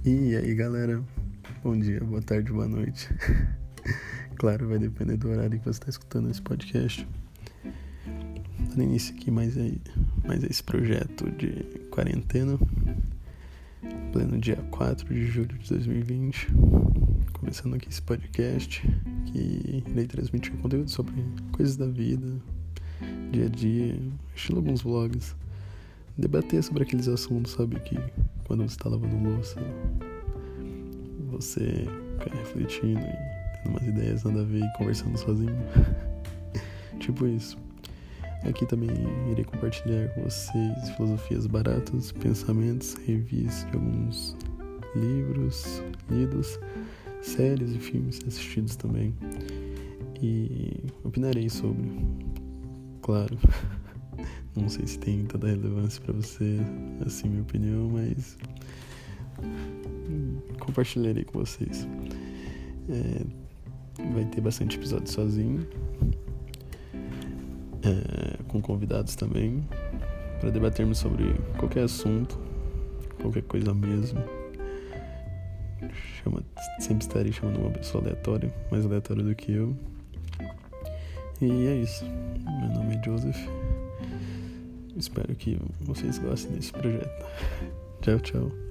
E aí, galera, bom dia, boa tarde, boa noite. Claro, vai depender do horário que você está escutando esse podcast. Dando início aqui mais esse projeto de quarentena, pleno dia 4 de julho de 2020. Começando aqui esse podcast, que irei transmitir conteúdo sobre coisas da vida, dia a dia, estilo alguns vlogs. Debater sobre aqueles assuntos, sabe, que quando você está lavando louça, você fica refletindo e tendo umas ideias nada a ver e conversando sozinho. Tipo isso. Aqui também irei compartilhar com vocês filosofias baratas, pensamentos, reviews de alguns livros lidos, séries e filmes assistidos também. E opinarei sobre, claro. Não sei se tem toda a relevância pra você, assim, minha opinião, mas compartilharei com vocês. Vai ter bastante episódio sozinho, com convidados também, para debatermos sobre qualquer assunto, qualquer coisa mesmo. Sempre estarei chamando uma pessoa aleatória, mais aleatória do que eu. E é isso. Meu nome é Joseph. Espero que vocês gostem desse projeto. Tchau, tchau.